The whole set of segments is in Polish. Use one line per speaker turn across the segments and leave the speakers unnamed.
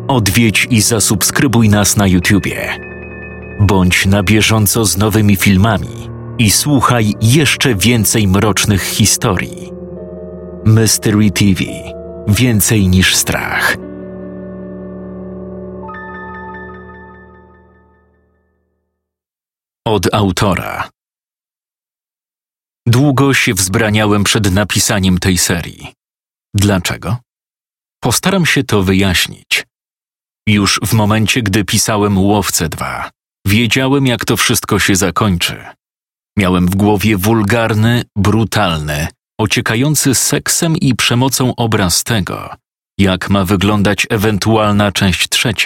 Odwiedź i zasubskrybuj nas na YouTubie. Bądź na bieżąco z nowymi filmami i słuchaj jeszcze więcej mrocznych historii. Mystery TV. Więcej niż strach. Od autora. Długo się wzbraniałem przed napisaniem tej serii. Dlaczego? Postaram się to wyjaśnić. Już w momencie, gdy pisałem Łowcę 2, wiedziałem, jak to wszystko się zakończy. Miałem w głowie wulgarny, brutalny, ociekający seksem i przemocą obraz tego, jak ma wyglądać ewentualna część 3.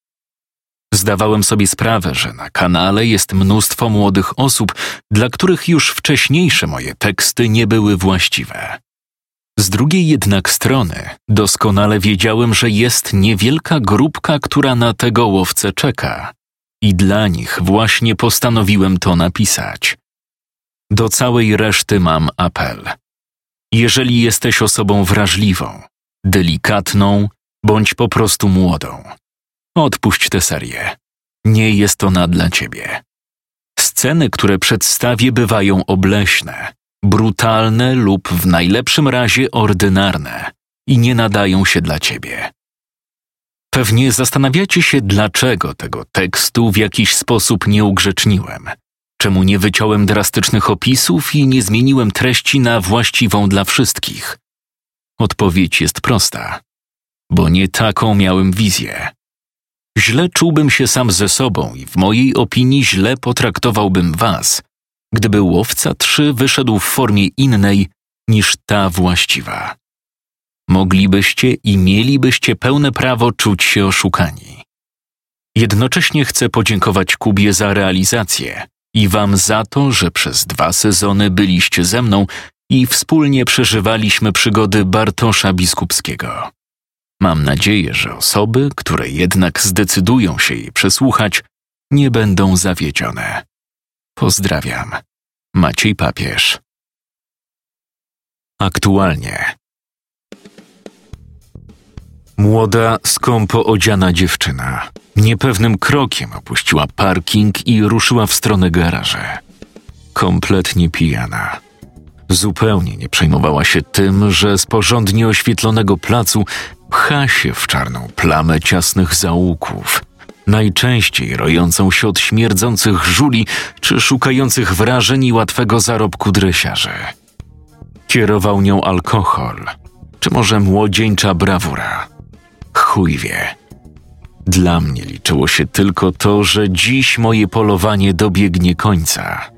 Zdawałem sobie sprawę, że na kanale jest mnóstwo młodych osób, dla których już wcześniejsze moje teksty nie były właściwe. Z drugiej jednak strony doskonale wiedziałem, że jest niewielka grupka, która na tego łowcę czeka. I dla nich właśnie postanowiłem to napisać. Do całej reszty mam apel. Jeżeli jesteś osobą wrażliwą, delikatną bądź po prostu młodą, odpuść tę serię. Nie jest ona dla ciebie. Sceny, które przedstawię, bywają obleśne, brutalne lub w najlepszym razie ordynarne i nie nadają się dla ciebie. Pewnie zastanawiacie się, dlaczego tego tekstu w jakiś sposób nie ugrzeczniłem, czemu nie wyciąłem drastycznych opisów i nie zmieniłem treści na właściwą dla wszystkich. Odpowiedź jest prosta, bo nie taką miałem wizję. Źle czułbym się sam ze sobą i w mojej opinii źle potraktowałbym was, gdyby Łowca 3 wyszedł w formie innej niż ta właściwa. Moglibyście i mielibyście pełne prawo czuć się oszukani. Jednocześnie chcę podziękować Kubie za realizację i wam za to, że przez 2 sezony byliście ze mną i wspólnie przeżywaliśmy przygody Bartosza Biskupskiego. Mam nadzieję, że osoby, które jednak zdecydują się jej przesłuchać, nie będą zawiedzione. Pozdrawiam. Maciej Papież. Aktualnie. Młoda, skąpo odziana dziewczyna niepewnym krokiem opuściła parking i ruszyła w stronę garażu. Kompletnie pijana. Zupełnie nie przejmowała się tym, że z porządnie oświetlonego placu pcha się w czarną plamę ciasnych zaułków, najczęściej rojącą się od śmierdzących żuli czy szukających wrażeń i łatwego zarobku dresiarzy. Kierował nią alkohol, czy może młodzieńcza brawura. Chuj wie. Dla mnie liczyło się tylko to, że dziś moje polowanie dobiegnie końca.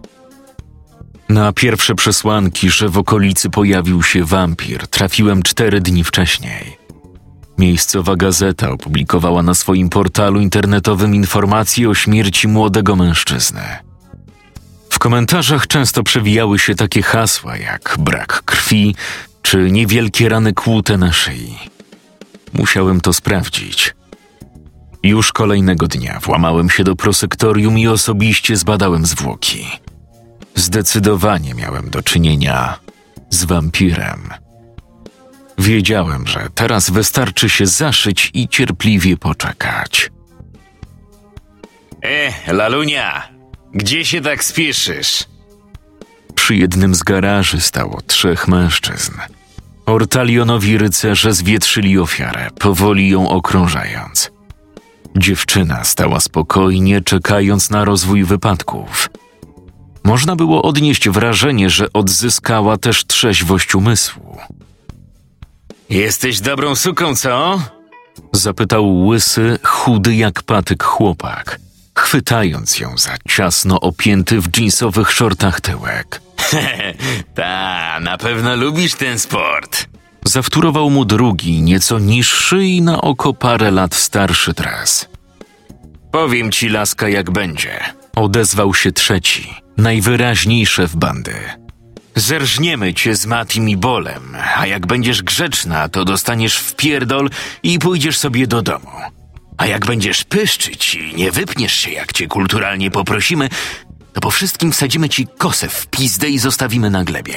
Na pierwsze przesłanki, że w okolicy pojawił się wampir, trafiłem 4 dni wcześniej. Miejscowa gazeta opublikowała na swoim portalu internetowym informacje o śmierci młodego mężczyzny. W komentarzach często przewijały się takie hasła jak brak krwi czy niewielkie rany kłute na szyi. Musiałem to sprawdzić. Już kolejnego dnia włamałem się do prosektorium i osobiście zbadałem zwłoki. Zdecydowanie miałem do czynienia z wampirem. Wiedziałem, że teraz wystarczy się zaszyć i cierpliwie poczekać.
Lalunia, gdzie się tak spieszysz?
Przy jednym z garaży stało 3 mężczyzn. Ortalionowi rycerze zwietrzyli ofiarę, powoli ją okrążając. Dziewczyna stała spokojnie, czekając na rozwój wypadków. Można było odnieść wrażenie, że odzyskała też trzeźwość umysłu.
Jesteś dobrą suką, co?
Zapytał łysy, chudy jak patyk chłopak, chwytając ją za ciasno opięty w dżinsowych szortach tyłek.
Ta, na pewno lubisz ten sport.
Zawtórował mu drugi, nieco niższy i na oko parę lat starszy dres.
Powiem ci, laska, jak będzie.
Odezwał się trzeci, najwyraźniej szef bandy.
Zerżniemy cię z Matim i Bolem, a jak będziesz grzeczna, to dostaniesz w pierdol i pójdziesz sobie do domu. A jak będziesz pyszczyć i nie wypniesz się, jak cię kulturalnie poprosimy, to po wszystkim wsadzimy ci kosę w pizdę i zostawimy na glebie.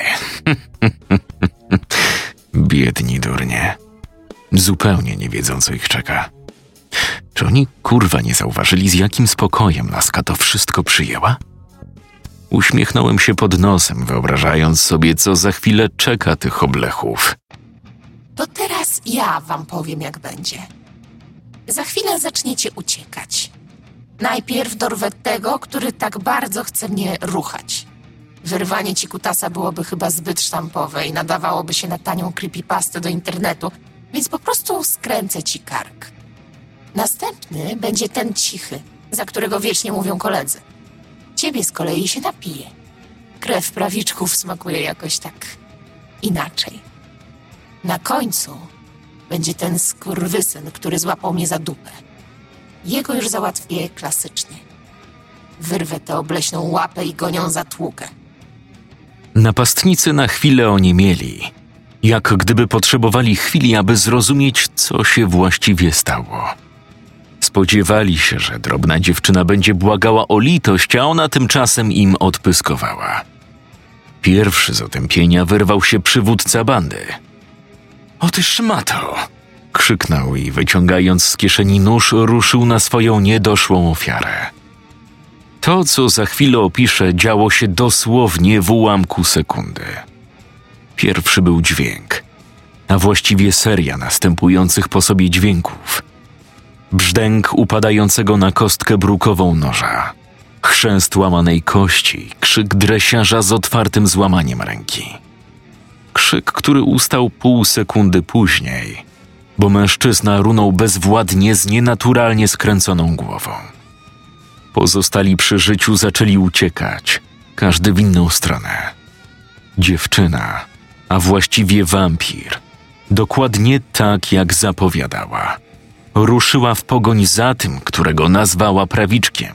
Biedni durnie. Zupełnie nie wiedzą, co ich czeka. Czy oni kurwa nie zauważyli, z jakim spokojem laska to wszystko przyjęła? Uśmiechnąłem się pod nosem, wyobrażając sobie, co za chwilę czeka tych oblechów.
To teraz ja wam powiem, jak będzie. Za chwilę zaczniecie uciekać. Najpierw dorwę tego, który tak bardzo chce mnie ruchać. Wyrwanie ci kutasa byłoby chyba zbyt sztampowe i nadawałoby się na tanią creepypastę do internetu, więc po prostu skręcę ci kark. Następny będzie ten cichy, za którego wiecznie mówią koledzy. Ciebie z kolei się napije. Krew prawiczków smakuje jakoś tak inaczej. Na końcu będzie ten skurwysyn, który złapał mnie za dupę. Jego już załatwię klasycznie. Wyrwę tę obleśną łapę i gonią za tłukę.
Napastnicy na chwilę oniemieli, jak gdyby potrzebowali chwili, aby zrozumieć, co się właściwie stało. Spodziewali się, że drobna dziewczyna będzie błagała o litość, a ona tymczasem im odpyskowała. Pierwszy z otępienia wyrwał się przywódca bandy. „O ty szmato!” krzyknął i wyciągając z kieszeni nóż, ruszył na swoją niedoszłą ofiarę. To, co za chwilę opiszę, działo się dosłownie w ułamku sekundy. Pierwszy był dźwięk, a właściwie seria następujących po sobie dźwięków. Brzdęk upadającego na kostkę brukową noża, chrzęst łamanej kości, krzyk dresiarza z otwartym złamaniem ręki. Krzyk, który ustał pół sekundy później, bo mężczyzna runął bezwładnie z nienaturalnie skręconą głową. Pozostali przy życiu zaczęli uciekać, każdy w inną stronę. Dziewczyna, a właściwie wampir, dokładnie tak jak zapowiadała, ruszyła w pogoń za tym, którego nazwała prawiczkiem.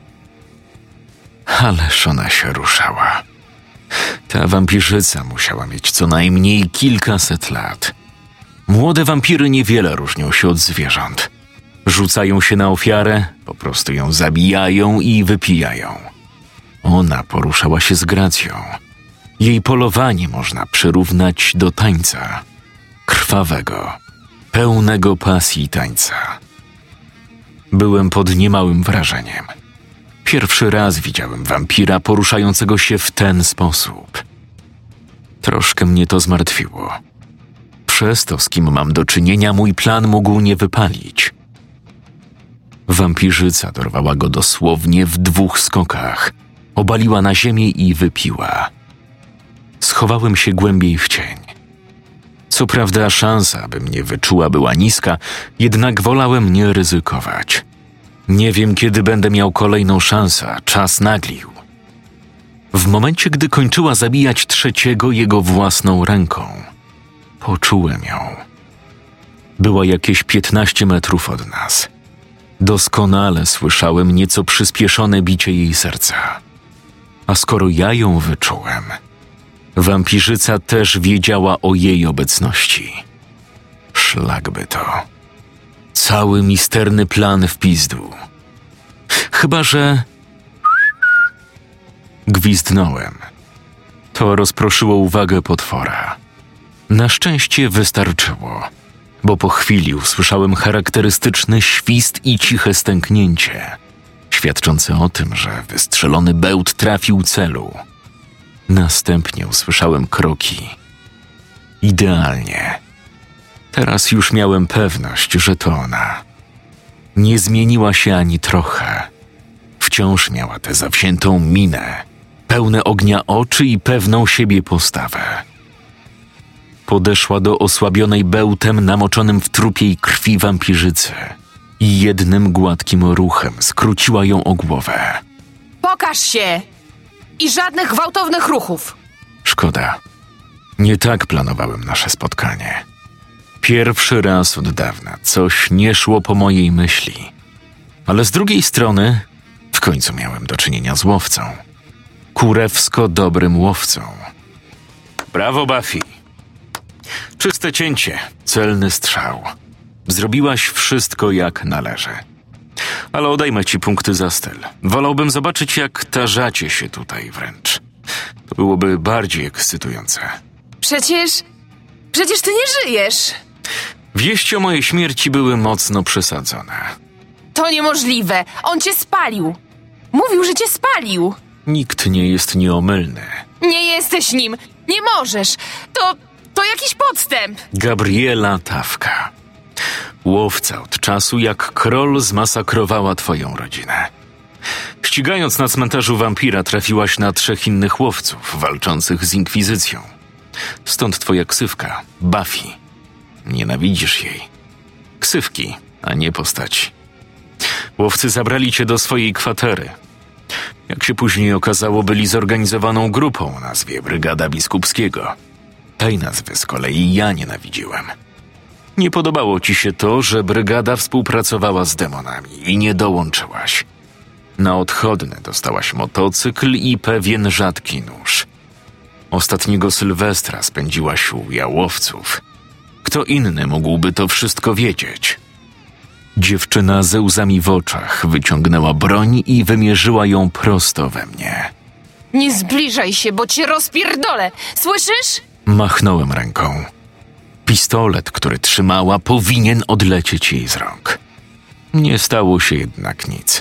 Ależ ona się ruszała. Ta wampirzyca musiała mieć co najmniej kilkaset lat. Młode wampiry niewiele różnią się od zwierząt. Rzucają się na ofiarę, po prostu ją zabijają i wypijają. Ona poruszała się z gracją. Jej polowanie można przyrównać do tańca. Krwawego, pełnego pasji tańca. Byłem pod niemałym wrażeniem. Pierwszy raz widziałem wampira poruszającego się w ten sposób. Troszkę mnie to zmartwiło. Przez to, z kim mam do czynienia, mój plan mógł nie wypalić. Wampirzyca dorwała go dosłownie w 2 skokach. Obaliła na ziemię i wypiła. Schowałem się głębiej w cień. Co prawda szansa, aby mnie wyczuła, była niska, jednak wolałem nie ryzykować. Nie wiem, kiedy będę miał kolejną szansę, a czas naglił. W momencie, gdy kończyła zabijać trzeciego jego własną ręką, poczułem ją. Była jakieś 15 metrów od nas. Doskonale słyszałem nieco przyspieszone bicie jej serca. A skoro ja ją wyczułem, wampirzyca też wiedziała o jej obecności. Szlakby to. Cały misterny plan w pizdu. Chyba że... Gwizdnąłem. To rozproszyło uwagę potwora. Na szczęście wystarczyło, bo po chwili usłyszałem charakterystyczny świst i ciche stęknięcie, świadczące o tym, że wystrzelony bełt trafił celu. Następnie usłyszałem kroki. Idealnie. Teraz już miałem pewność, że to ona. Nie zmieniła się ani trochę. Wciąż miała tę zawziętą minę, pełne ognia oczy i pewną siebie postawę. Podeszła do osłabionej bełtem namoczonym w trupiej krwi wampirzycy i jednym gładkim ruchem skróciła ją o głowę.
Pokaż się! I żadnych gwałtownych ruchów!
Szkoda. Nie tak planowałem nasze spotkanie. Pierwszy raz od dawna coś nie szło po mojej myśli. Ale z drugiej strony w końcu miałem do czynienia z łowcą. Kurewsko dobrym łowcą. Brawo, Buffy. Czyste cięcie, celny strzał. Zrobiłaś wszystko jak należy. Ale odejmę ci punkty za styl. Wolałbym zobaczyć, jak tarzacie się tutaj wręcz. To byłoby bardziej ekscytujące.
Przecież ty nie żyjesz!
Wieści o mojej śmierci były mocno przesadzone.
To niemożliwe. On cię spalił. Mówił, że cię spalił.
Nikt nie jest nieomylny.
Nie jesteś nim. Nie możesz. To jakiś podstęp.
Gabriela Tawka. Łowca od czasu, jak Kroll zmasakrowała twoją rodzinę. Ścigając na cmentarzu wampira, trafiłaś na 3 innych łowców walczących z Inkwizycją. Stąd twoja ksywka, Buffy. Nienawidzisz jej. Ksywki, a nie postaci. Łowcy zabrali cię do swojej kwatery. Jak się później okazało, byli zorganizowaną grupą o nazwie Brygada Biskupskiego. Tej nazwy z kolei ja nienawidziłem. Nie podobało ci się to, że brygada współpracowała z demonami i nie dołączyłaś. Na odchodne dostałaś motocykl i pewien rzadki nóż. Ostatniego Sylwestra spędziłaś u jałowców. Kto inny mógłby to wszystko wiedzieć? Dziewczyna ze łzami w oczach wyciągnęła broń i wymierzyła ją prosto we mnie.
Nie zbliżaj się, bo cię rozpierdolę. Słyszysz?
Machnąłem ręką. Pistolet, który trzymała, powinien odlecieć jej z rąk. Nie stało się jednak nic.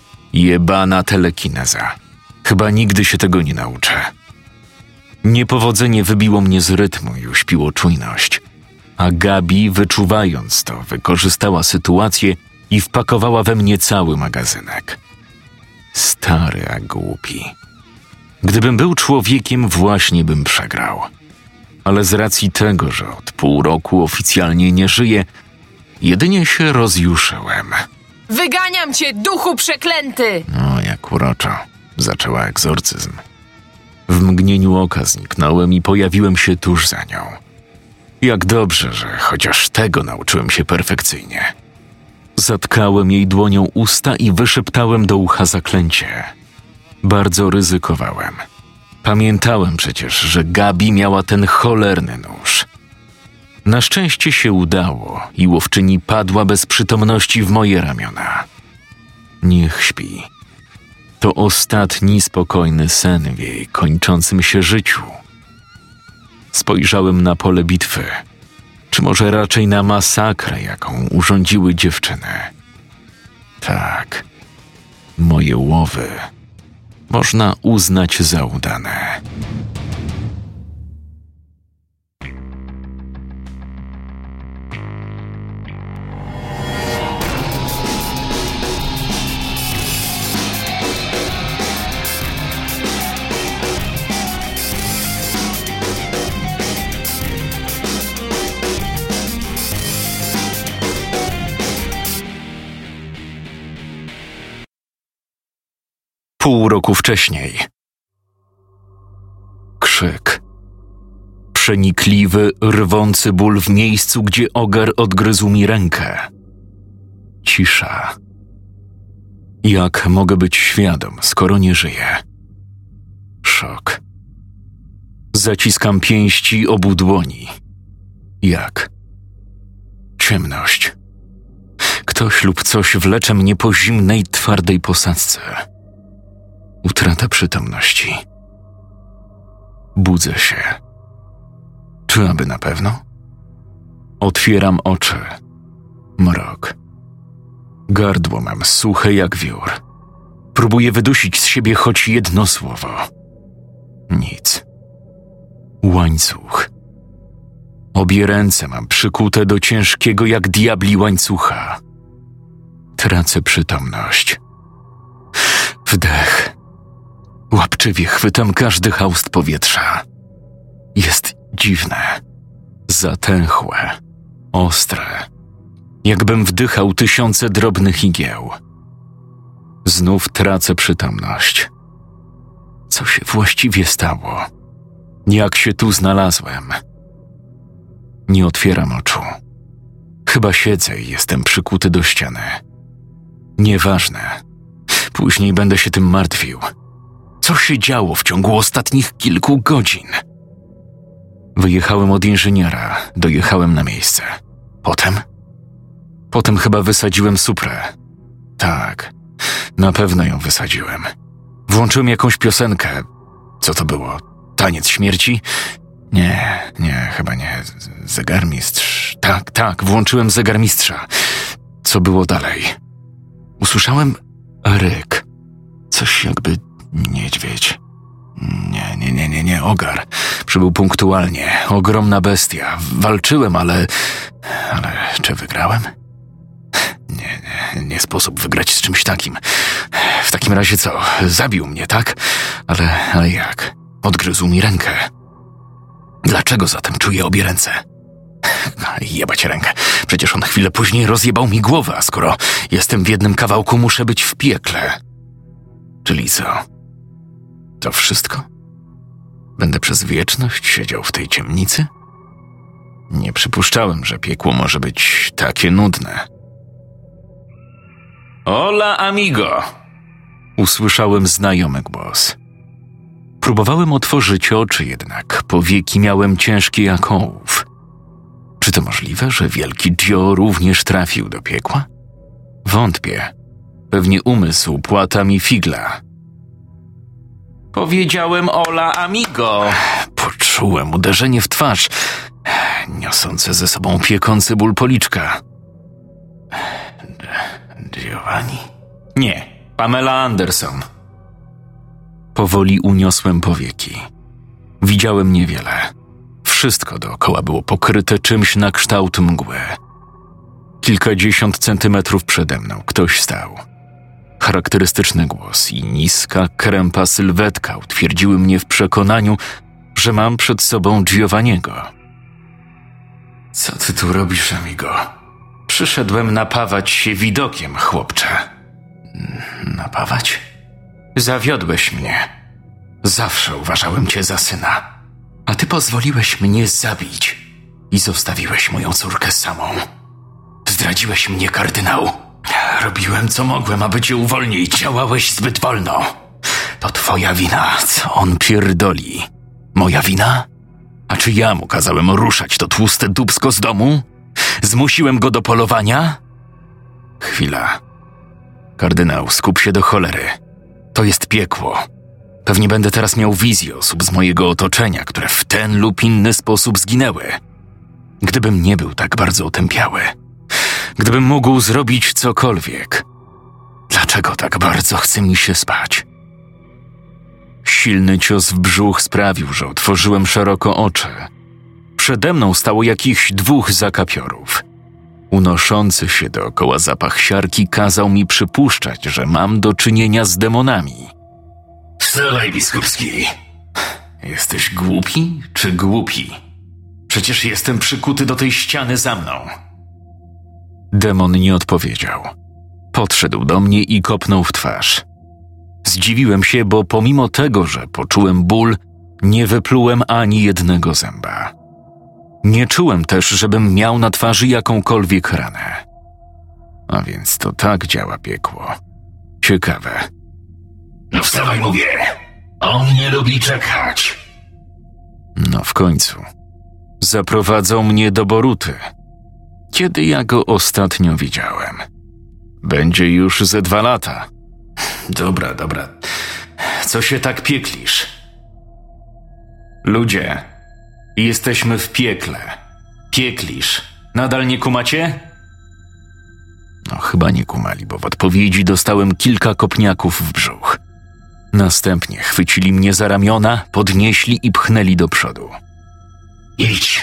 Jebana telekineza. Chyba nigdy się tego nie nauczę. Niepowodzenie wybiło mnie z rytmu i uśpiło czujność. A Gabi, wyczuwając to, wykorzystała sytuację i wpakowała we mnie cały magazynek. Stary, a głupi. Gdybym był człowiekiem, właśnie bym przegrał. Ale z racji tego, że od pół roku oficjalnie nie żyję, jedynie się rozjuszyłem.
Wyganiam cię, duchu przeklęty!
No, jak uroczo. Zaczęła egzorcyzm. W mgnieniu oka zniknąłem i pojawiłem się tuż za nią. Jak dobrze, że chociaż tego nauczyłem się perfekcyjnie. Zatkałem jej dłonią usta i wyszeptałem do ucha zaklęcie. Bardzo ryzykowałem. Pamiętałem przecież, że Gabi miała ten cholerny nóż. Na szczęście się udało i łowczyni padła bez przytomności w moje ramiona. Niech śpi. To ostatni spokojny sen w jej kończącym się życiu. Spojrzałem na pole bitwy, czy może raczej na masakrę, jaką urządziły dziewczyny. Tak, moje łowy można uznać za udane. Pół roku wcześniej. Krzyk. Przenikliwy, rwący ból w miejscu, gdzie ogar odgryzł mi rękę. Cisza. Jak mogę być świadom, skoro nie żyję? Szok. Zaciskam pięści obu dłoni. Jak? Ciemność. Ktoś lub coś wlecze mnie po zimnej, twardej posadzce. Utrata przytomności. Budzę się. Czy aby na pewno? Otwieram oczy. Mrok. Gardło mam suche jak wiór. Próbuję wydusić z siebie choć jedno słowo. Nic. Łańcuch. Obie ręce mam przykute do ciężkiego jak diabli łańcucha. Tracę przytomność. Wdech. Łapczywie chwytam każdy haust powietrza. Jest dziwne. Zatęchłe. Ostre. Jakbym wdychał tysiące drobnych igieł. Znów tracę przytomność. Co się właściwie stało? Jak się tu znalazłem? Nie otwieram oczu. Chyba siedzę i jestem przykuty do ściany. Nieważne. Później będę się tym martwił. Co się działo w ciągu ostatnich kilku godzin? Wyjechałem od inżyniera, dojechałem na miejsce. Potem chyba wysadziłem suprę. Tak, na pewno ją wysadziłem. Włączyłem jakąś piosenkę. Co to było? Taniec śmierci? Nie, chyba nie. Zegarmistrz. Tak, włączyłem zegarmistrza. Co było dalej? Usłyszałem ryk. Coś jakby niedźwiedź. Nie, ogar. Przybył punktualnie. Ogromna bestia. Walczyłem, ale czy wygrałem? Nie sposób wygrać z czymś takim. W takim razie co? Zabił mnie, tak? Ale jak? Odgryzł mi rękę. Dlaczego zatem czuję obie ręce? Jebać rękę. Przecież on chwilę później rozjebał mi głowę, a skoro jestem w jednym kawałku, muszę być w piekle. Czyli co? To wszystko? Będę przez wieczność siedział w tej ciemnicy? Nie przypuszczałem, że piekło może być takie nudne. Hola, amigo! Usłyszałem znajomy głos. Próbowałem otworzyć oczy, jednak powieki miałem ciężkie jak ołów. Czy to możliwe, że wielki Dio również trafił do piekła? Wątpię. Pewnie umysł płata mi figla. Powiedziałem hola, amigo! Poczułem uderzenie w twarz, niosące ze sobą piekący ból policzka. Giovanni? Nie, Pamela Anderson. Powoli uniosłem powieki. Widziałem niewiele. Wszystko dookoła było pokryte czymś na kształt mgły. Kilkadziesiąt centymetrów przede mną ktoś stał. Charakterystyczny głos i niska, krępa sylwetka utwierdziły mnie w przekonaniu, że mam przed sobą Giovanniego. Co ty tu robisz, amigo? Przyszedłem napawać się widokiem, chłopcze. Napawać? Zawiodłeś mnie. Zawsze uważałem cię za syna. A ty pozwoliłeś mnie zabić i zostawiłeś moją córkę samą. Zdradziłeś mnie, kardynał. Robiłem, co mogłem, aby cię uwolnić. Działałeś zbyt wolno. To twoja wina, co on pierdoli. Moja wina? A czy ja mu kazałem ruszać to tłuste dupsko z domu? Zmusiłem go do polowania? Chwila. Kardynał, skup się do cholery. To jest piekło. Pewnie będę teraz miał wizję osób z mojego otoczenia, które w ten lub inny sposób zginęły. Gdybym nie był tak bardzo otępiały. Gdybym mógł zrobić cokolwiek. Dlaczego tak bardzo chce mi się spać? Silny cios w brzuch sprawił, że otworzyłem szeroko oczy. Przede mną stało jakichś 2 zakapiorów. Unoszący się dookoła zapach siarki kazał mi przypuszczać, że mam do czynienia z demonami. Wstawaj, biskupski. Jesteś głupi czy głupi? Przecież jestem przykuty do tej ściany za mną. Demon nie odpowiedział. Podszedł do mnie i kopnął w twarz. Zdziwiłem się, bo pomimo tego, że poczułem ból, nie wyplułem ani jednego zęba. Nie czułem też, żebym miał na twarzy jakąkolwiek ranę. A więc to tak działa piekło. Ciekawe. No wstawaj, mówię. On nie lubi czekać. No w końcu. Zaprowadzą mnie do Boruty. Kiedy ja go ostatnio widziałem? Będzie już ze 2 lata. Dobra. Co się tak pieklisz? Ludzie, jesteśmy w piekle. Pieklisz. Nadal nie kumacie? No chyba nie kumali, bo w odpowiedzi dostałem kilka kopniaków w brzuch. Następnie chwycili mnie za ramiona, podnieśli i pchnęli do przodu. Idź.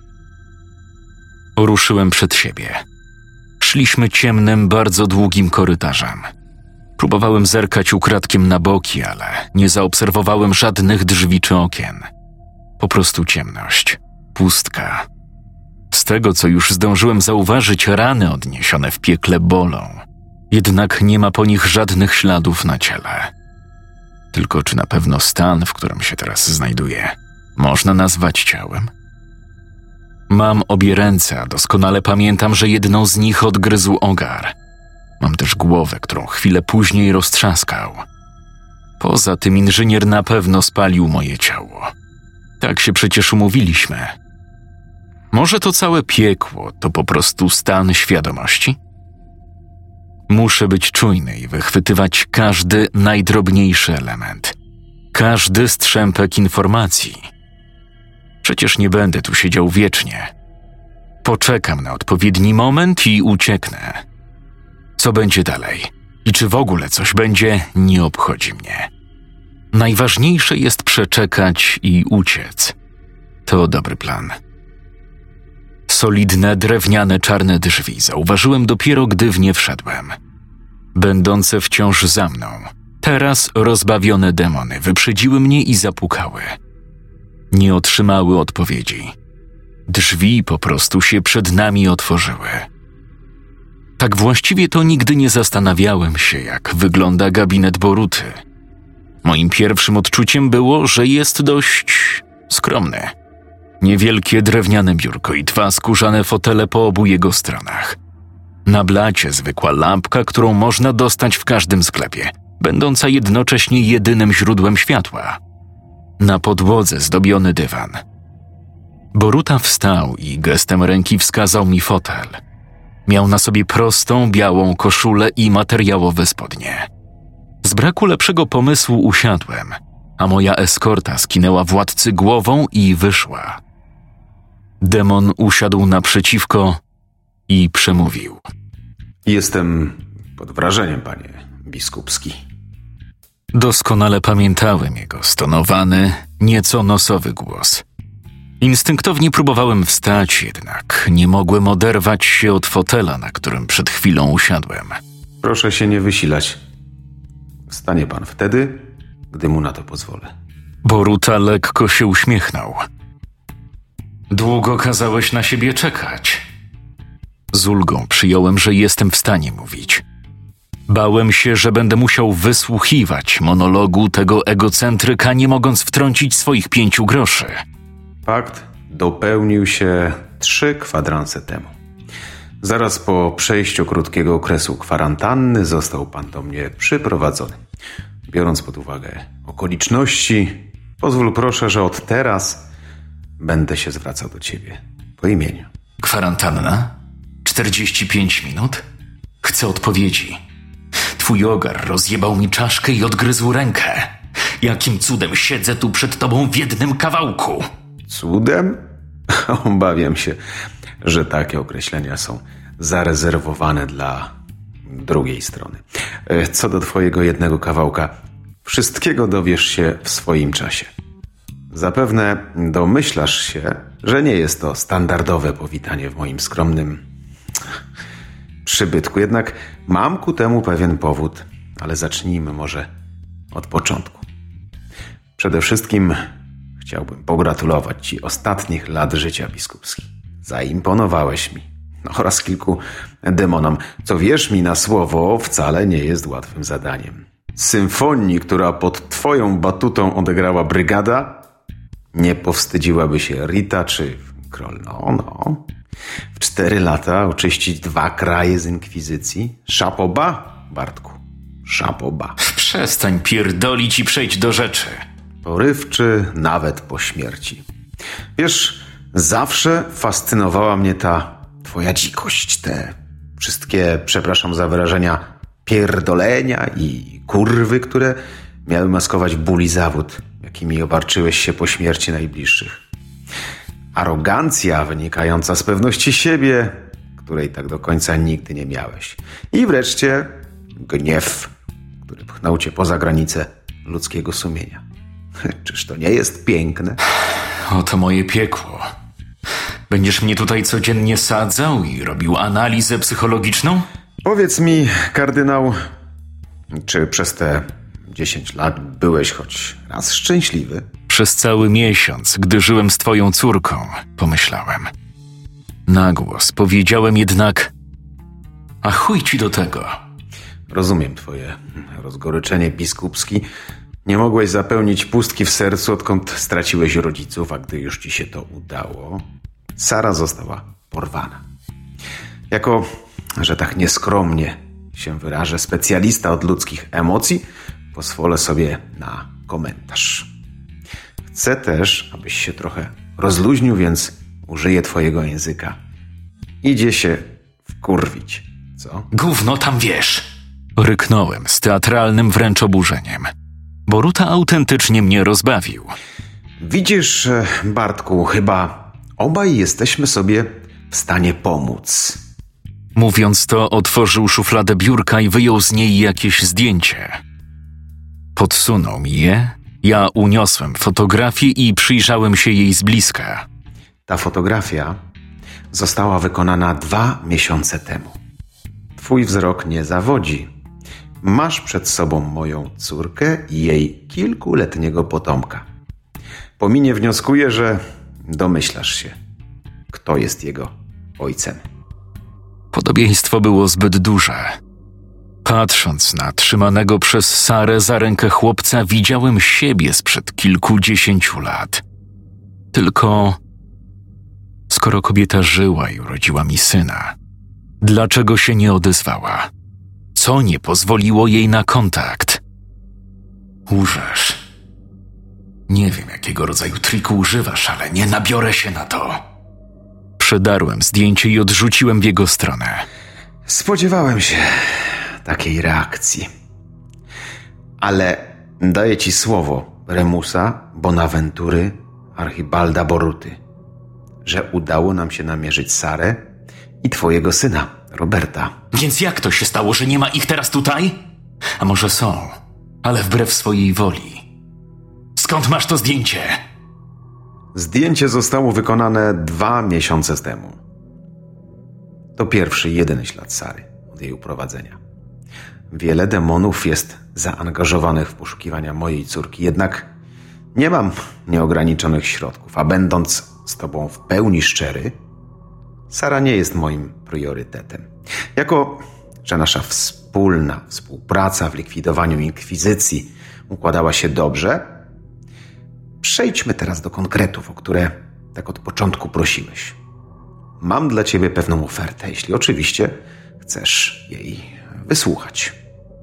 Ruszyłem przed siebie. Szliśmy ciemnym, bardzo długim korytarzem. Próbowałem zerkać ukradkiem na boki, ale nie zaobserwowałem żadnych drzwi czy okien. Po prostu ciemność, pustka. Z tego, co już zdążyłem zauważyć, rany odniesione w piekle bolą. Jednak nie ma po nich żadnych śladów na ciele. Tylko czy na pewno stan, w którym się teraz znajduję, można nazwać ciałem? Mam obie ręce, a doskonale pamiętam, że jedną z nich odgryzł ogar. Mam też głowę, którą chwilę później roztrzaskał. Poza tym inżynier na pewno spalił moje ciało. Tak się przecież umówiliśmy. Może to całe piekło to po prostu stan świadomości? Muszę być czujny i wychwytywać każdy najdrobniejszy element. Każdy strzępek informacji. Przecież nie będę tu siedział wiecznie. Poczekam na odpowiedni moment i ucieknę. Co będzie dalej? I czy w ogóle coś będzie, nie obchodzi mnie. Najważniejsze jest przeczekać i uciec. To dobry plan. Solidne, drewniane, czarne drzwi zauważyłem dopiero, gdy w nie wszedłem. Będące wciąż za mną, teraz rozbawione demony wyprzedziły mnie i zapukały. Nie otrzymały odpowiedzi. Drzwi po prostu się przed nami otworzyły. Tak właściwie to nigdy nie zastanawiałem się, jak wygląda gabinet Boruty. Moim pierwszym odczuciem było, że jest dość skromny. Niewielkie drewniane biurko i 2 skórzane fotele po obu jego stronach. Na blacie zwykła lampka, którą można dostać w każdym sklepie, będąca jednocześnie jedynym źródłem światła. Na podłodze zdobiony dywan. Boruta wstał i gestem ręki wskazał mi fotel. Miał na sobie prostą, białą koszulę i materiałowe spodnie. Z braku lepszego pomysłu usiadłem, a moja eskorta skinęła władcy głową i wyszła. Demon usiadł naprzeciwko i przemówił.
Jestem pod wrażeniem, panie Biskupski.
Doskonale pamiętałem jego stonowany, nieco nosowy głos. Instynktownie próbowałem wstać, jednak nie mogłem oderwać się od fotela, na którym przed chwilą usiadłem.
Proszę się nie wysilać. Wstanie pan wtedy, gdy mu na to pozwolę.
Boruta lekko się uśmiechnął. Długo kazałeś na siebie czekać. Z ulgą przyjąłem, że jestem w stanie mówić. Bałem się, że będę musiał wysłuchiwać monologu tego egocentryka, nie mogąc wtrącić swoich 5 groszy.
Fakt dopełnił się 3 kwadranse temu. Zaraz po przejściu krótkiego okresu kwarantanny został pan do mnie przyprowadzony. Biorąc pod uwagę okoliczności, pozwól proszę, że od teraz będę się zwracał do ciebie po imieniu.
Kwarantanna? 45 minut? Chcę odpowiedzi. Twój ogar rozjebał mi czaszkę i odgryzł rękę. Jakim cudem siedzę tu przed tobą w jednym kawałku?
Cudem? Obawiam się, że takie określenia są zarezerwowane dla drugiej strony. Co do twojego jednego kawałka, wszystkiego dowiesz się w swoim czasie. Zapewne domyślasz się, że nie jest to standardowe powitanie w moim skromnym przybytku. Jednak mam ku temu pewien powód, ale zacznijmy może od początku. Przede wszystkim chciałbym pogratulować ci ostatnich lat życia, Biskupski. Zaimponowałeś mi oraz kilku demonom, co wierz mi na słowo, wcale nie jest łatwym zadaniem. Symfonii, która pod twoją batutą odegrała brygada, nie powstydziłaby się Rita czy Król. No. W 4 lata oczyścić 2 kraje z inkwizycji. Szapoba, Bartku, szapoba.
Przestań pierdolić i przejdź do rzeczy.
Porywczy nawet po śmierci. Wiesz, zawsze fascynowała mnie ta twoja dzikość, te wszystkie, przepraszam za wyrażenia, pierdolenia i kurwy, które miały maskować ból i zawód, jakimi obarczyłeś się po śmierci najbliższych. Arogancja wynikająca z pewności siebie, której tak do końca nigdy nie miałeś. I wreszcie gniew, który pchnął cię poza granice ludzkiego sumienia. Czyż to nie jest piękne?
Oto moje piekło. Będziesz mnie tutaj codziennie sadzał i robił analizę psychologiczną?
Powiedz mi, kardynał, czy przez te 10 lat byłeś choć raz szczęśliwy?
Przez cały miesiąc, gdy żyłem z twoją córką, pomyślałem. Na głos powiedziałem jednak, a chuj ci do tego.
Rozumiem twoje rozgoryczenie, Biskupski. Nie mogłeś zapełnić pustki w sercu, odkąd straciłeś rodziców, a gdy już ci się to udało, Sara została porwana. Jako, że tak nieskromnie się wyrażę, specjalista od ludzkich emocji, pozwolę sobie na komentarz. Chcę też, abyś się trochę rozluźnił, więc użyję twojego języka. Idzie się wkurwić, co?
Gówno tam wiesz! Ryknąłem z teatralnym wręcz oburzeniem. Boruta autentycznie mnie rozbawił.
Widzisz, Bartku, chyba obaj jesteśmy sobie w stanie pomóc.
Mówiąc to, otworzył szufladę biurka i wyjął z niej jakieś zdjęcie. Podsunął mi je, ja uniosłem fotografię i przyjrzałem się jej z bliska.
Ta fotografia została wykonana 2 miesiące temu. Twój wzrok nie zawodzi. Masz przed sobą moją córkę i jej kilkuletniego potomka. Po minie wnioskuję, że domyślasz się, kto jest jego ojcem.
Podobieństwo było zbyt duże. Patrząc na trzymanego przez Sarę za rękę chłopca, widziałem siebie sprzed kilkudziesięciu lat. Tylko skoro kobieta żyła i urodziła mi syna, dlaczego się nie odezwała? Co nie pozwoliło jej na kontakt? Łżesz. Nie wiem, jakiego rodzaju triku używasz, ale nie nabiorę się na to. Przedarłem zdjęcie i odrzuciłem w jego stronę.
Spodziewałem się takiej reakcji. Ale daję ci słowo Remusa Bonaventury Archibalda Boruty, że udało nam się namierzyć Sarę i twojego syna, Roberta.
Więc jak to się stało, że nie ma ich teraz tutaj? A może są, ale wbrew swojej woli. Skąd masz to zdjęcie?
Zdjęcie zostało wykonane 2 miesiące temu. To pierwszy i jedyny ślad Sary od jej uprowadzenia. Wiele demonów jest zaangażowanych w poszukiwania mojej córki, jednak nie mam nieograniczonych środków, a będąc z tobą w pełni szczery, Sara nie jest moim priorytetem. Jako że nasza wspólna współpraca w likwidowaniu inkwizycji układała się dobrze, przejdźmy teraz do konkretów, o które tak od początku prosiłeś. Mam dla ciebie pewną ofertę, jeśli oczywiście chcesz jej wysłuchać.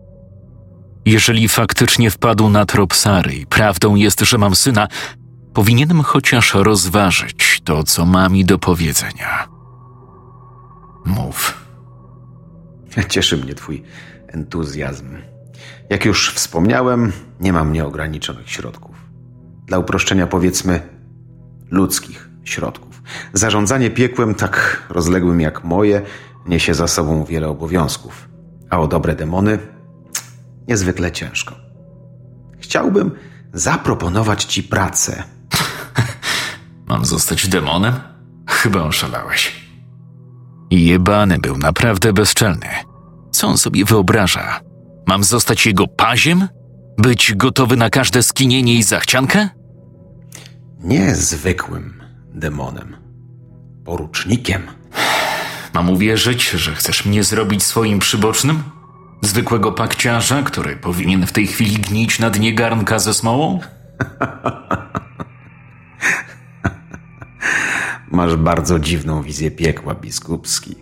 Jeżeli faktycznie wpadł na trop Sary i prawdą jest, że mam syna, powinienem chociaż rozważyć to, co ma mi do powiedzenia. Mów.
Cieszy mnie twój entuzjazm. Jak już wspomniałem, nie mam nieograniczonych środków. Dla uproszczenia powiedzmy ludzkich środków. Zarządzanie piekłem tak rozległym jak moje niesie za sobą wiele obowiązków, a o dobre demony niezwykle ciężko. Chciałbym zaproponować ci pracę.
Mam zostać demonem? Chyba oszalałeś. Jebany był naprawdę bezczelny. Co on sobie wyobraża? Mam zostać jego paziem? Być gotowy na każde skinienie i zachciankę?
Nie zwykłym demonem. Porucznikiem.
Mam uwierzyć, że chcesz mnie zrobić swoim przybocznym? Zwykłego pakciarza, który powinien w tej chwili gnić na dnie garnka ze smołą?
Masz bardzo dziwną wizję piekła, biskupski.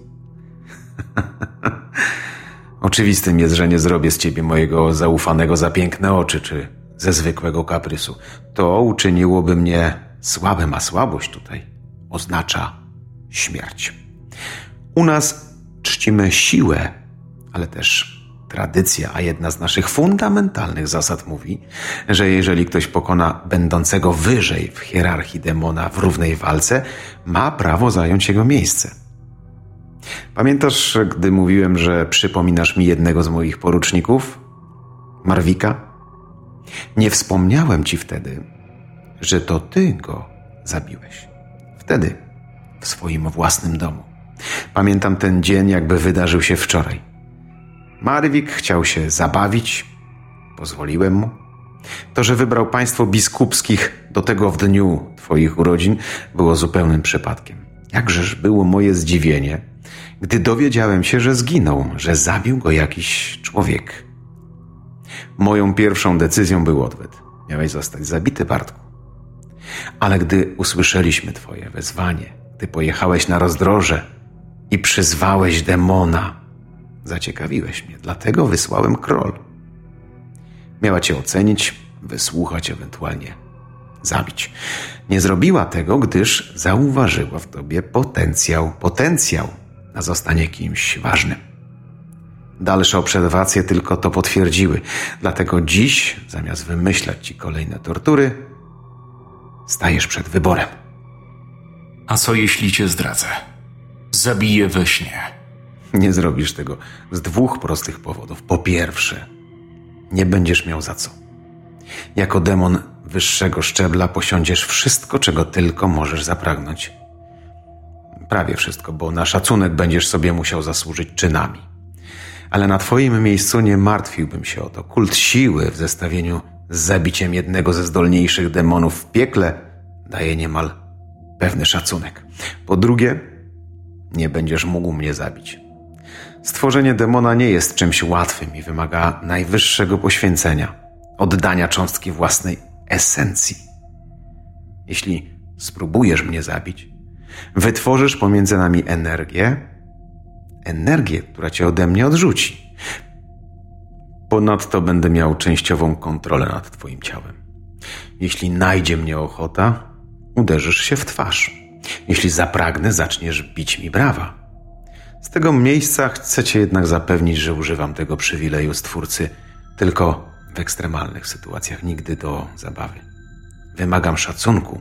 Oczywistym jest, że nie zrobię z ciebie mojego zaufanego za piękne oczy, czy ze zwykłego kaprysu. To uczyniłoby mnie słabym, a słabość tutaj oznacza śmierć. U nas czcimy siłę, ale też tradycja, a jedna z naszych fundamentalnych zasad mówi, że jeżeli ktoś pokona będącego wyżej w hierarchii demona w równej walce, ma prawo zająć jego miejsce. Pamiętasz, gdy mówiłem, że przypominasz mi jednego z moich poruczników? Marwika? Nie wspomniałem ci wtedy, że to ty go zabiłeś. Wtedy, w swoim własnym domu. Pamiętam ten dzień, jakby wydarzył się wczoraj. Marwik chciał się zabawić. Pozwoliłem mu. To, że wybrał państwo biskupskich do tego w dniu twoich urodzin, było zupełnym przypadkiem. Jakżeż było moje zdziwienie, gdy dowiedziałem się, że zginął, że zabił go jakiś człowiek. Moją pierwszą decyzją był odwet. Miałeś zostać zabity, Bartku. Ale gdy usłyszeliśmy twoje wezwanie, gdy pojechałeś na rozdroże i przyzwałeś demona, zaciekawiłeś mnie, dlatego wysłałem Kroll. Miała cię ocenić, wysłuchać, ewentualnie zabić. Nie zrobiła tego, gdyż zauważyła w tobie potencjał na zostanie kimś ważnym. Dalsze obserwacje tylko to potwierdziły. Dlatego dziś, zamiast wymyślać ci kolejne tortury, stajesz przed wyborem.
A co jeśli cię zdradzę? Zabiję we śnie.
Nie zrobisz tego z 2 prostych powodów. Po pierwsze, nie będziesz miał za co. Jako demon wyższego szczebla posiądziesz wszystko, czego tylko możesz zapragnąć. Prawie wszystko, bo na szacunek będziesz sobie musiał zasłużyć czynami. Ale na twoim miejscu nie martwiłbym się o to. Kult siły w zestawieniu z zabiciem jednego ze zdolniejszych demonów w piekle daje niemal pewny szacunek. Po drugie, nie będziesz mógł mnie zabić. Stworzenie demona nie jest czymś łatwym i wymaga najwyższego poświęcenia, oddania cząstki własnej esencji. Jeśli spróbujesz mnie zabić, wytworzysz pomiędzy nami energię, która cię ode mnie odrzuci. Ponadto będę miał częściową kontrolę nad twoim ciałem. Jeśli najdzie mnie ochota, uderzysz się w twarz. Jeśli zapragnę, zaczniesz bić mi brawa. Z tego miejsca chcę cię jednak zapewnić, że używam tego przywileju Stwórcy tylko w ekstremalnych sytuacjach, nigdy do zabawy. Wymagam szacunku,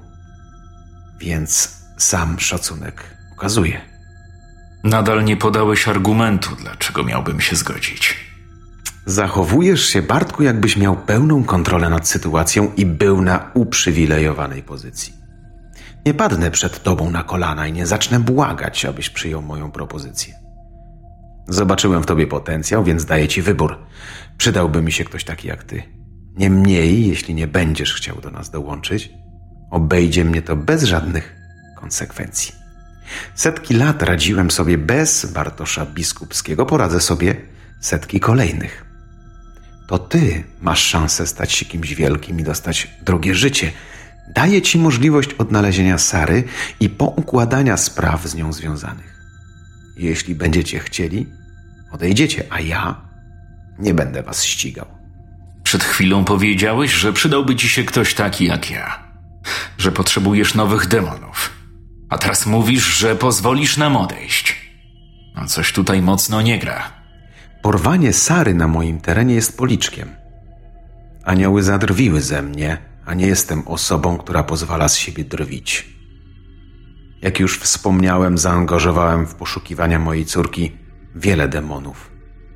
więc sam szacunek okazuję.
Nadal nie podałeś argumentu, dlaczego miałbym się zgodzić.
Zachowujesz się, Bartku, jakbyś miał pełną kontrolę nad sytuacją i był na uprzywilejowanej pozycji. Nie padnę przed tobą na kolana i nie zacznę błagać, abyś przyjął moją propozycję. Zobaczyłem w tobie potencjał, więc daję ci wybór. Przydałby mi się ktoś taki jak ty. Niemniej, jeśli nie będziesz chciał do nas dołączyć, obejdzie mnie to bez żadnych konsekwencji. Setki lat radziłem sobie bez Bartosza Biskupskiego, poradzę sobie setki kolejnych. To ty masz szansę stać się kimś wielkim i dostać drugie życie. Daję ci możliwość odnalezienia Sary i poukładania spraw z nią związanych. Jeśli będziecie chcieli, odejdziecie, a ja nie będę was ścigał.
Przed chwilą powiedziałeś, że przydałby ci się ktoś taki jak ja. Że potrzebujesz nowych demonów. A teraz mówisz, że pozwolisz nam odejść. No coś tutaj mocno nie gra.
Porwanie Sary na moim terenie jest policzkiem. Anioły zadrwiły ze mnie, a nie jestem osobą, która pozwala z siebie drwić. Jak już wspomniałem, zaangażowałem w poszukiwania mojej córki wiele demonów.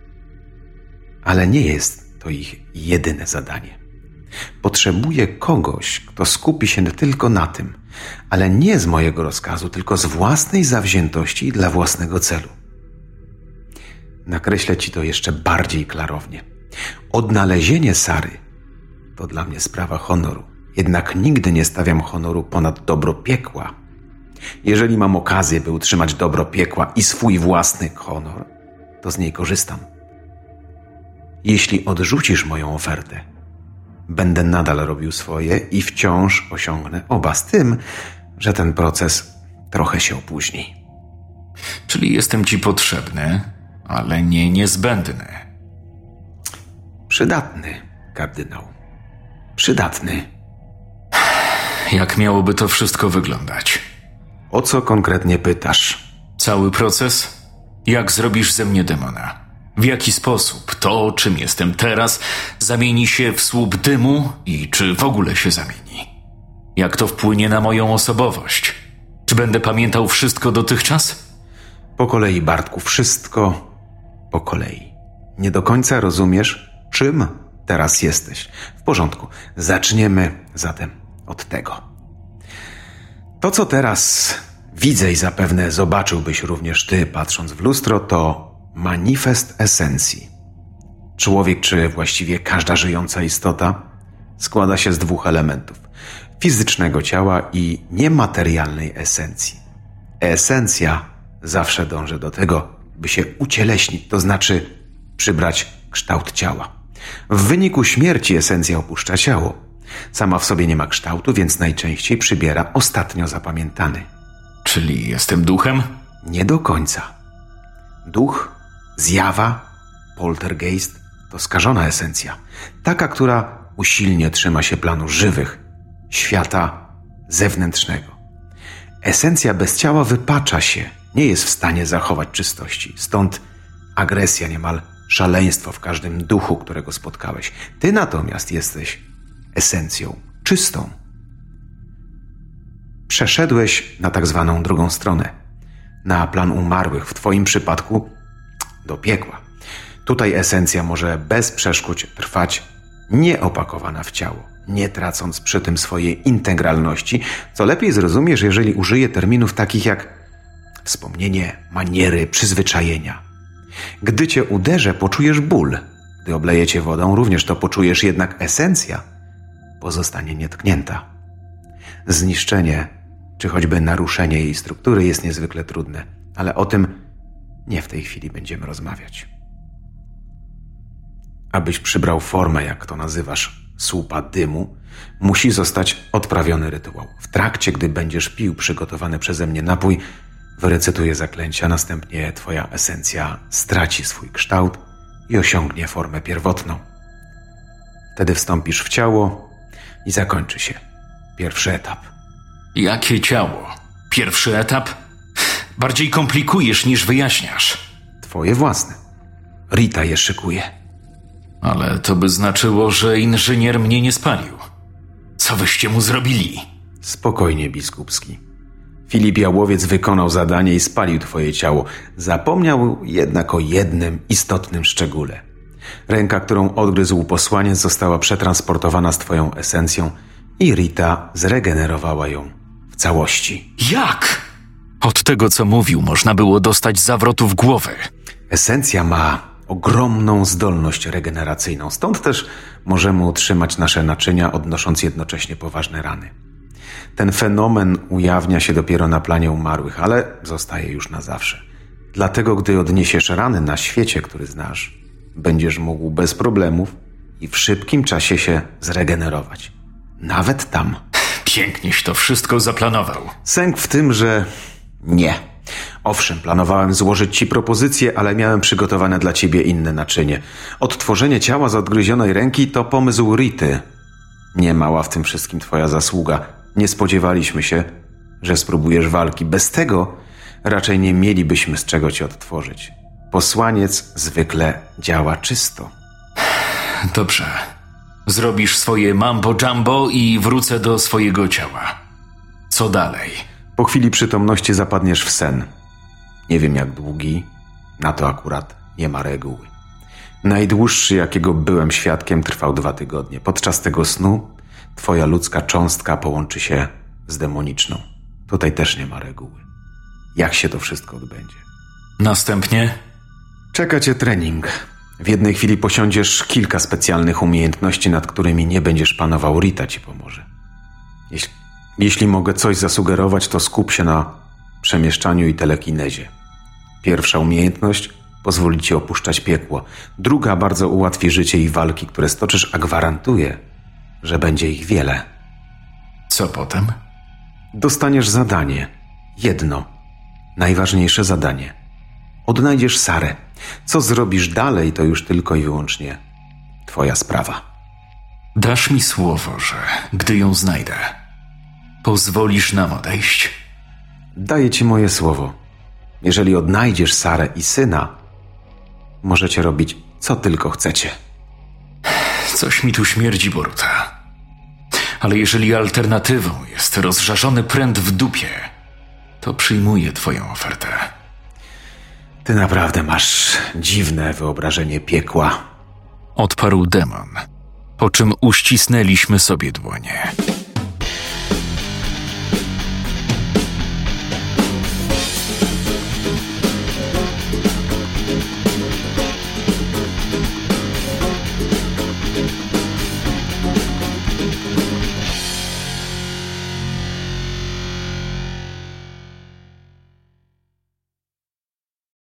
Ale nie jest to ich jedyne zadanie. Potrzebuję kogoś, kto skupi się tylko na tym, ale nie z mojego rozkazu, tylko z własnej zawziętości i dla własnego celu. Nakreślę ci to jeszcze bardziej klarownie. Odnalezienie Sary to dla mnie sprawa honoru. Jednak nigdy nie stawiam honoru ponad dobro piekła. Jeżeli mam okazję, by utrzymać dobro piekła i swój własny honor, to z niej korzystam. Jeśli odrzucisz moją ofertę, będę nadal robił swoje i wciąż osiągnę oba, z tym, że ten proces trochę się opóźni.
Czyli jestem ci potrzebny, ale nie niezbędny.
Przydatny, kardynał. Przydatny.
Jak miałoby to wszystko wyglądać?
O co konkretnie pytasz?
Cały proces? Jak zrobisz ze mnie demona? W jaki sposób to, czym jestem teraz, zamieni się w słup dymu i czy w ogóle się zamieni? Jak to wpłynie na moją osobowość? Czy będę pamiętał wszystko dotychczas?
Po kolei, Bartku, wszystko po kolei. Nie do końca rozumiesz, czym teraz jesteś. W porządku, zaczniemy zatem od tego. To, co teraz widzę i zapewne zobaczyłbyś również ty, patrząc w lustro, to manifest esencji. Człowiek, czy właściwie każda żyjąca istota, składa się z 2 elementów. Fizycznego ciała i niematerialnej esencji. Esencja zawsze dąży do tego, by się ucieleśnić, to znaczy przybrać kształt ciała. W wyniku śmierci esencja opuszcza ciało. Sama w sobie nie ma kształtu, więc najczęściej przybiera ostatnio zapamiętany.
Czyli jestem duchem?
Nie do końca. Duch, zjawa, poltergeist to skażona esencja. Taka, która usilnie trzyma się planu żywych, świata zewnętrznego. Esencja bez ciała wypacza się, nie jest w stanie zachować czystości. Stąd agresja, niemal szaleństwo w każdym duchu, którego spotkałeś. Ty natomiast jesteś esencją czystą. Przeszedłeś na tak zwaną drugą stronę, na plan umarłych. W twoim przypadku do piekła. Tutaj esencja może bez przeszkód trwać nieopakowana w ciało, nie tracąc przy tym swojej integralności, co lepiej zrozumiesz, jeżeli użyję terminów takich jak wspomnienie, maniery, przyzwyczajenia. Gdy cię uderzę, poczujesz ból. Gdy obleję cię wodą, również to poczujesz, jednak esencja pozostanie nietknięta. Zniszczenie, czy choćby naruszenie jej struktury jest niezwykle trudne, ale o tym nie w tej chwili będziemy rozmawiać. Abyś przybrał formę, jak to nazywasz, słupa dymu, musi zostać odprawiony rytuał. W trakcie, gdy będziesz pił przygotowany przeze mnie napój, wyrecytuję zaklęcia, następnie twoja esencja straci swój kształt i osiągnie formę pierwotną. Wtedy wstąpisz w ciało i zakończy się pierwszy etap.
Jakie ciało? Pierwszy etap? Bardziej komplikujesz niż wyjaśniasz.
Twoje własne. Rita je szykuje.
Ale to by znaczyło, że inżynier mnie nie spalił. Co wyście mu zrobili?
Spokojnie, biskupski. Filip Jałowiec wykonał zadanie i spalił twoje ciało. Zapomniał jednak o jednym istotnym szczególe. Ręka, którą odgryzł posłaniec, została przetransportowana z twoją esencją i Rita zregenerowała ją w całości.
Jak? Od tego, co mówił, można było dostać zawrotów głowy.
Esencja ma ogromną zdolność regeneracyjną, stąd też możemy utrzymać nasze naczynia, odnosząc jednocześnie poważne rany. Ten fenomen ujawnia się dopiero na planie umarłych, ale zostaje już na zawsze. Dlatego, gdy odniesiesz rany na świecie, który znasz, będziesz mógł bez problemów i w szybkim czasie się zregenerować. Nawet tam.
Pięknieś to wszystko zaplanował.
Sęk w tym, że nie. Owszem, planowałem złożyć ci propozycję, ale miałem przygotowane dla ciebie inne naczynie. Odtworzenie ciała z odgryzionej ręki to pomysł Rity. Nie mała w tym wszystkim twoja zasługa. Nie spodziewaliśmy się, że spróbujesz walki. Bez tego raczej nie mielibyśmy z czego cię odtworzyć. Posłaniec zwykle działa czysto.
Dobrze. Zrobisz swoje mambo-jumbo i wrócę do swojego ciała. Co dalej?
Po chwili przytomności zapadniesz w sen. Nie wiem jak długi, na to akurat nie ma reguły. Najdłuższy, jakiego byłem świadkiem, trwał 2 tygodnie. Podczas tego snu twoja ludzka cząstka połączy się z demoniczną. Tutaj też nie ma reguły. Jak się to wszystko odbędzie?
Następnie?
Czeka cię trening. W jednej chwili posiądziesz kilka specjalnych umiejętności, nad którymi nie będziesz panował. Rita ci pomoże. Jeśli mogę coś zasugerować, to skup się na przemieszczaniu i telekinezie. Pierwsza umiejętność pozwoli ci opuszczać piekło. Druga bardzo ułatwi życie i walki, które stoczysz, a gwarantuję, że będzie ich wiele.
Co potem?
Dostaniesz zadanie. Jedno. Najważniejsze zadanie. Odnajdziesz Sarę. Co zrobisz dalej, to już tylko i wyłącznie twoja sprawa.
Dasz mi słowo, że gdy ją znajdę, pozwolisz nam odejść?
Daję ci moje słowo. Jeżeli odnajdziesz Sarę i syna, możecie robić co tylko chcecie.
Coś mi tu śmierdzi, Boruta. Ale jeżeli alternatywą jest rozżarzony pręt w dupie, to przyjmuję twoją ofertę.
Ty naprawdę masz dziwne wyobrażenie piekła.
Odparł demon, po czym uścisnęliśmy sobie dłonie.